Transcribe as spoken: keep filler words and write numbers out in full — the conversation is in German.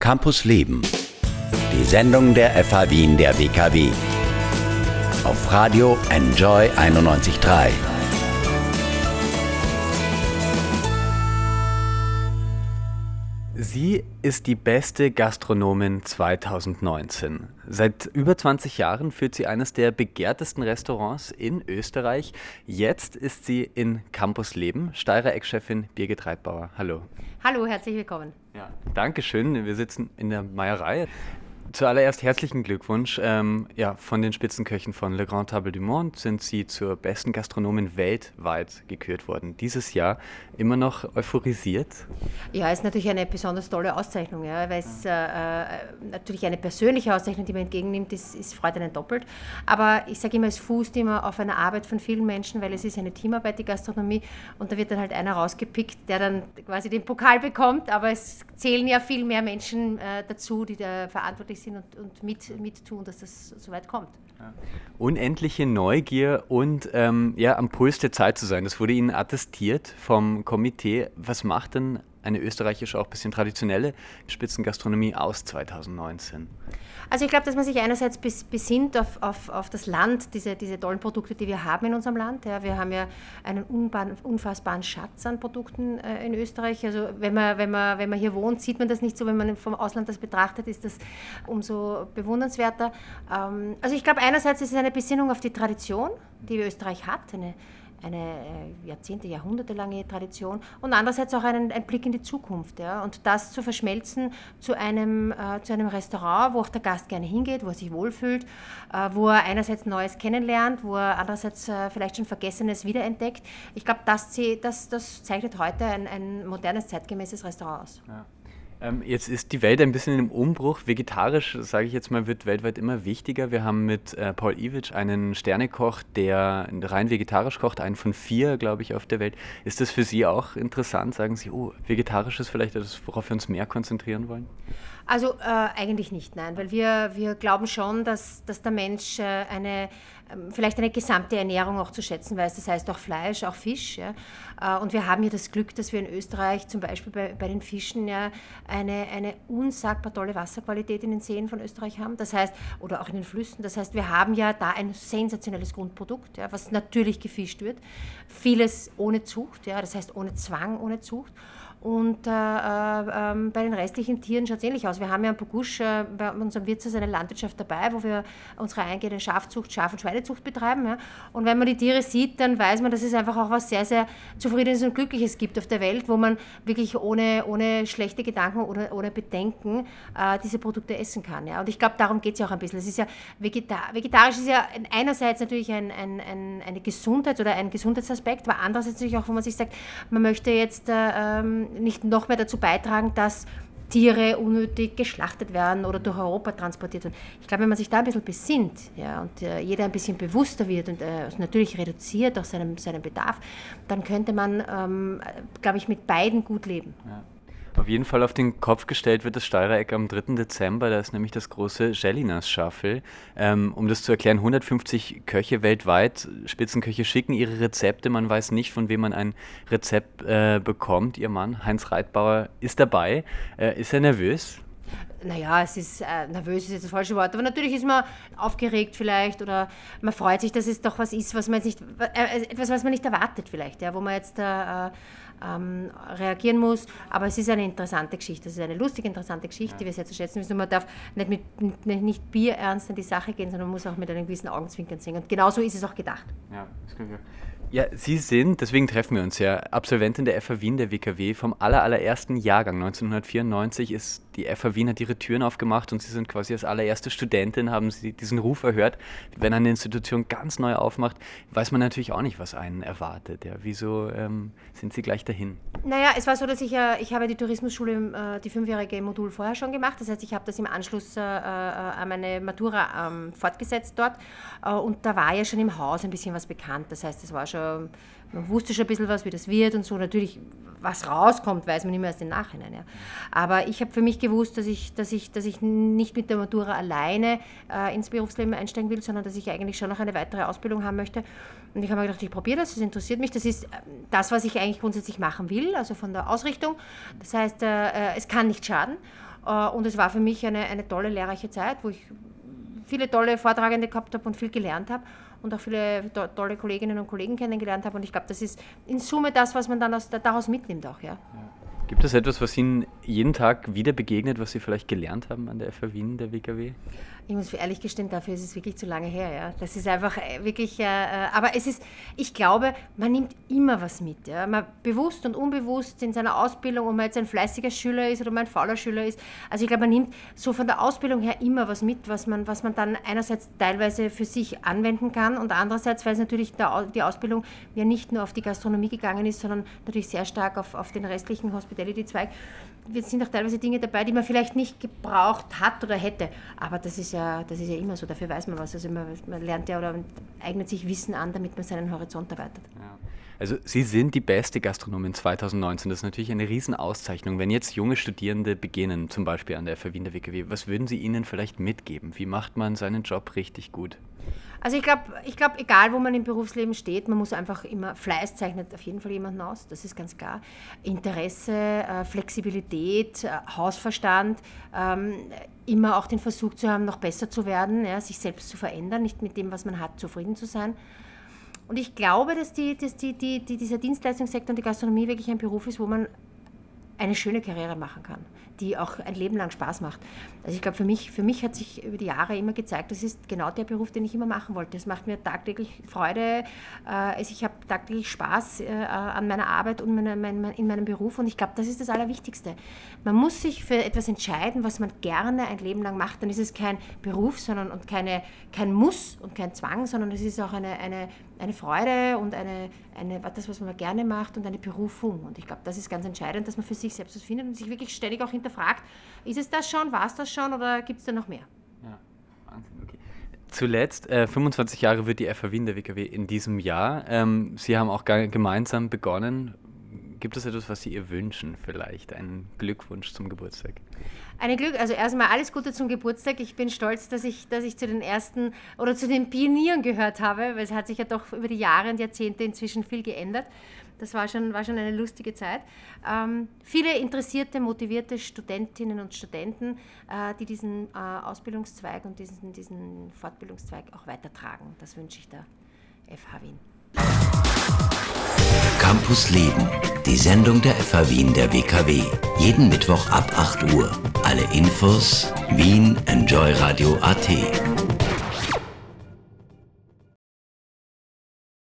Campus Leben. Die Sendung der F H Wien der W K W. Auf Radio Enjoy einundneunzig Komma drei. Sie ist die beste Gastronomin zweitausendneunzehn. Seit über zwanzig Jahren führt sie eines der begehrtesten Restaurants in Österreich. Jetzt ist sie in Campus Leben. Steirer Eckchefin Birgit Reitbauer. Hallo. Hallo, herzlich willkommen. Ja, Dankeschön. Wir sitzen in der Meierei. Zuallererst herzlichen Glückwunsch. Ähm, ja, von den Spitzenköchen von Le Grand Table du Monde sind Sie zur besten Gastronomin weltweit gekürt worden. Dieses Jahr immer noch euphorisiert? Ja, ist natürlich eine besonders tolle Auszeichnung, ja, weil es äh, natürlich eine persönliche Auszeichnung, die man entgegennimmt, ist, ist freut einen doppelt. Aber ich sage immer, es fußt immer auf einer Arbeit von vielen Menschen, weil es ist eine Teamarbeit, die Gastronomie, und da wird dann halt einer rausgepickt, der dann quasi den Pokal bekommt, aber es zählen ja viel mehr Menschen äh, dazu, die da verantwortlich sind und, und mit, mit tun, dass das so weit kommt. Ja. Unendliche Neugier und ähm, ja, am Puls der Zeit zu sein, das wurde Ihnen attestiert vom Komitee. Was macht denn eine österreichische, auch ein bisschen traditionelle Spitzengastronomie aus zweitausendneunzehn? Also ich glaube, dass man sich einerseits besinnt auf, auf, auf das Land, diese, diese tollen Produkte, die wir haben in unserem Land. Ja, wir haben ja einen unfassbaren Schatz an Produkten äh, in Österreich. Also wenn man, wenn, man, wenn man hier wohnt, sieht man das nicht so. Wenn man vom Ausland das betrachtet, ist das umso bewundernswerter. Ähm, also ich glaube, einerseits ist es eine Besinnung auf die Tradition, die Österreich hat, eine eine Jahrzehnte, Jahrhunderte lange Tradition, und andererseits auch einen, ein Blick in die Zukunft. Ja? Und das zu verschmelzen zu einem, äh, zu einem Restaurant, wo auch der Gast gerne hingeht, wo er sich wohlfühlt, äh, wo er einerseits Neues kennenlernt, wo er andererseits äh, vielleicht schon Vergessenes wiederentdeckt. Ich glaube, das, das, das zeichnet heute ein, ein modernes, zeitgemäßes Restaurant aus. Ja. Jetzt ist die Welt ein bisschen im Umbruch. Vegetarisch, sage ich jetzt mal, wird weltweit immer wichtiger. Wir haben mit äh, Paul Iwitsch einen Sternekoch, der rein vegetarisch kocht, einen von vier, glaube ich, auf der Welt. Ist das für Sie auch interessant? Sagen Sie, oh, vegetarisch ist vielleicht das, worauf wir uns mehr konzentrieren wollen? Also äh, eigentlich nicht, nein, weil wir, wir glauben schon, dass, dass der Mensch äh, eine, ähm, vielleicht eine gesamte Ernährung auch zu schätzen weiß, das heißt auch Fleisch, auch Fisch. Ja? Äh, und wir haben ja das Glück, dass wir in Österreich zum Beispiel bei, bei den Fischen ja eine, eine unsagbar tolle Wasserqualität in den Seen von Österreich haben, das heißt, oder auch in den Flüssen, das heißt, wir haben ja da ein sensationelles Grundprodukt, ja, was natürlich gefischt wird, vieles ohne Zucht, ja, das heißt ohne Zwang, ohne Zucht. Und äh, äh, bei den restlichen Tieren schaut es ähnlich aus. Wir haben ja in Pogusch äh, bei unserem Wirtshaus eine Landwirtschaft dabei, wo wir unsere eingehende Schafzucht, Schaf- und Schweinezucht betreiben. Ja. Und wenn man die Tiere sieht, dann weiß man, dass es einfach auch was sehr, sehr Zufriedenes und Glückliches gibt auf der Welt, wo man wirklich ohne, ohne schlechte Gedanken oder ohne Bedenken äh, diese Produkte essen kann. Ja. Und ich glaube, darum geht es ja auch ein bisschen. Es ist ja Vegeta- vegetarisch ist ja einerseits natürlich ein, ein, ein, eine Gesundheit oder ein Gesundheitsaspekt, aber andererseits natürlich auch, wo man sich sagt, man möchte jetzt äh, ähm, nicht noch mehr dazu beitragen, dass Tiere unnötig geschlachtet werden oder durch Europa transportiert werden. Ich glaube, wenn man sich da ein bisschen besinnt, ja, und äh, jeder ein bisschen bewusster wird und äh, natürlich reduziert auch seinen, seinen Bedarf, dann könnte man, ähm, glaube ich, mit beiden gut leben. Ja. Auf jeden Fall auf den Kopf gestellt wird das Steirer Eck am dritten Dezember, da ist nämlich das große Jellinas Shuffle. Ähm, um das zu erklären, hundertfünfzig Köche weltweit, Spitzenköche schicken ihre Rezepte, man weiß nicht, von wem man ein Rezept äh, bekommt. Ihr Mann, Heinz Reitbauer, ist dabei. Äh, ist er nervös? Naja, es ist, äh, nervös ist jetzt das falsche Wort, aber natürlich ist man aufgeregt vielleicht oder man freut sich, dass es doch was ist, was man jetzt nicht, äh, etwas, was man nicht erwartet vielleicht, ja, wo man jetzt äh, ähm, reagieren muss, aber es ist eine interessante Geschichte, es ist eine lustige, interessante Geschichte, ja, die wir sehr zu schätzen wissen, und man darf nicht mit nicht, nicht bierernst an die Sache gehen, sondern man muss auch mit einem gewissen Augenzwinkern sehen, und genauso ist es auch gedacht. Ja, das kann ich. Ja, Sie sind, deswegen treffen wir uns ja, Absolventin der F H Wien der W K W vom aller, allerersten Jahrgang. neunzehnhundertvierundneunzig ist die F H Wien, hat ihre Türen aufgemacht und Sie sind quasi als allererste Studentin, haben Sie diesen Ruf erhört. Wenn eine Institution ganz neu aufmacht, weiß man natürlich auch nicht, was einen erwartet. Ja, wieso ähm, sind Sie gleich dahin? Naja, es war so, dass ich ja, ich habe die Tourismusschule, äh, die fünfjährige Modul vorher schon gemacht. Das heißt, ich habe das im Anschluss äh, äh, an meine Matura ähm, fortgesetzt dort. Äh, und da war ja schon im Haus ein bisschen was bekannt. Das heißt, es war schon, man wusste schon ein bisschen was, wie das wird und so. Natürlich, was rauskommt, weiß man immer erst im Nachhinein. Ja. Aber ich habe für mich gewusst, dass ich, dass ich, dass ich nicht mit der Matura alleine äh, ins Berufsleben einsteigen will, sondern dass ich eigentlich schon noch eine weitere Ausbildung haben möchte. Und ich habe mir gedacht, ich probiere das, das interessiert mich. Das ist das, was ich eigentlich grundsätzlich machen will, also von der Ausrichtung. Das heißt, äh, es kann nicht schaden. Und es war für mich eine, eine tolle, lehrreiche Zeit, wo ich viele tolle Vortragende gehabt habe und viel gelernt habe und auch viele to- tolle Kolleginnen und Kollegen kennengelernt habe. Und ich glaube, das ist in Summe das, was man dann aus, daraus mitnimmt auch. Ja. Ja. Gibt es etwas, was Ihnen jeden Tag wieder begegnet, was Sie vielleicht gelernt haben an der F H Wien, der W K W? Ich muss ehrlich gestehen, dafür ist es wirklich zu lange her. Ja. Das ist einfach wirklich, äh, aber es ist, ich glaube, man nimmt immer was mit. Ja. Man bewusst und unbewusst in seiner Ausbildung, ob man jetzt ein fleißiger Schüler ist oder man ein fauler Schüler ist. Also ich glaube, man nimmt so von der Ausbildung her immer was mit, was man, was man dann einerseits teilweise für sich anwenden kann und andererseits, weil es natürlich der, die Ausbildung ja nicht nur auf die Gastronomie gegangen ist, sondern natürlich sehr stark auf, auf den restlichen Hospitality-Zweig. Es sind auch teilweise Dinge dabei, die man vielleicht nicht gebraucht hat oder hätte. Aber das ist ja, das ist ja immer so, dafür weiß man was. Also man, man lernt ja oder eignet sich Wissen an, damit man seinen Horizont erweitert. Ja. Also Sie sind die beste Gastronomin zwanzig neunzehn. Das ist natürlich eine Riesenauszeichnung. Wenn jetzt junge Studierende beginnen, zum Beispiel an der F H Wien, der W K W, was würden Sie ihnen vielleicht mitgeben? Wie macht man seinen Job richtig gut? Also ich glaube, ich glaub, egal wo man im Berufsleben steht, man muss einfach immer, Fleiß zeichnet auf jeden Fall jemanden aus, das ist ganz klar. Interesse, äh, Flexibilität, äh, Hausverstand, ähm, immer auch den Versuch zu haben, noch besser zu werden, ja, sich selbst zu verändern, nicht mit dem, was man hat, zufrieden zu sein. Und ich glaube, dass, die, dass die, die, die, dieser Dienstleistungssektor und die Gastronomie wirklich ein Beruf ist, wo man eine schöne Karriere machen kann, die auch ein Leben lang Spaß macht. Also ich glaube, für mich, für mich hat sich über die Jahre immer gezeigt, das ist genau der Beruf, den ich immer machen wollte. Es macht mir tagtäglich Freude, äh, ich habe tagtäglich Spaß äh, an meiner Arbeit und meine, mein, in meinem Beruf und ich glaube, das ist das Allerwichtigste. Man muss sich für etwas entscheiden, was man gerne ein Leben lang macht, dann ist es kein Beruf sondern, und keine, kein Muss und kein Zwang, sondern es ist auch eine, eine, eine Freude und eine, eine, das, was man gerne macht und eine Berufung. Und ich glaube, das ist ganz entscheidend, dass man für sich selbst was findet und sich wirklich ständig auch hinterfragt, ist es das schon, war es das schon oder gibt es da noch mehr? Ja, Wahnsinn, okay. Zuletzt, äh, fünfundzwanzig Jahre wird die F H Wien, der W K W, in diesem Jahr. Ähm, Sie haben auch ge- gemeinsam begonnen. Gibt es etwas, was Sie ihr wünschen vielleicht? Einen Glückwunsch zum Geburtstag? Eine Glück, also erstmal alles Gute zum Geburtstag. Ich bin stolz, dass ich, dass ich zu den ersten oder zu den Pionieren gehört habe, weil es hat sich ja doch über die Jahre und Jahrzehnte inzwischen viel geändert. Das war schon, war schon eine lustige Zeit. Ähm, viele interessierte, motivierte Studentinnen und Studenten, äh, die diesen äh, Ausbildungszweig und diesen, diesen Fortbildungszweig auch weitertragen. Das wünsche ich der F H Wien. Campus Leben, die Sendung der F H Wien der W K W. Jeden Mittwoch ab acht Uhr. Alle Infos Wien Enjoy Radio punkt at.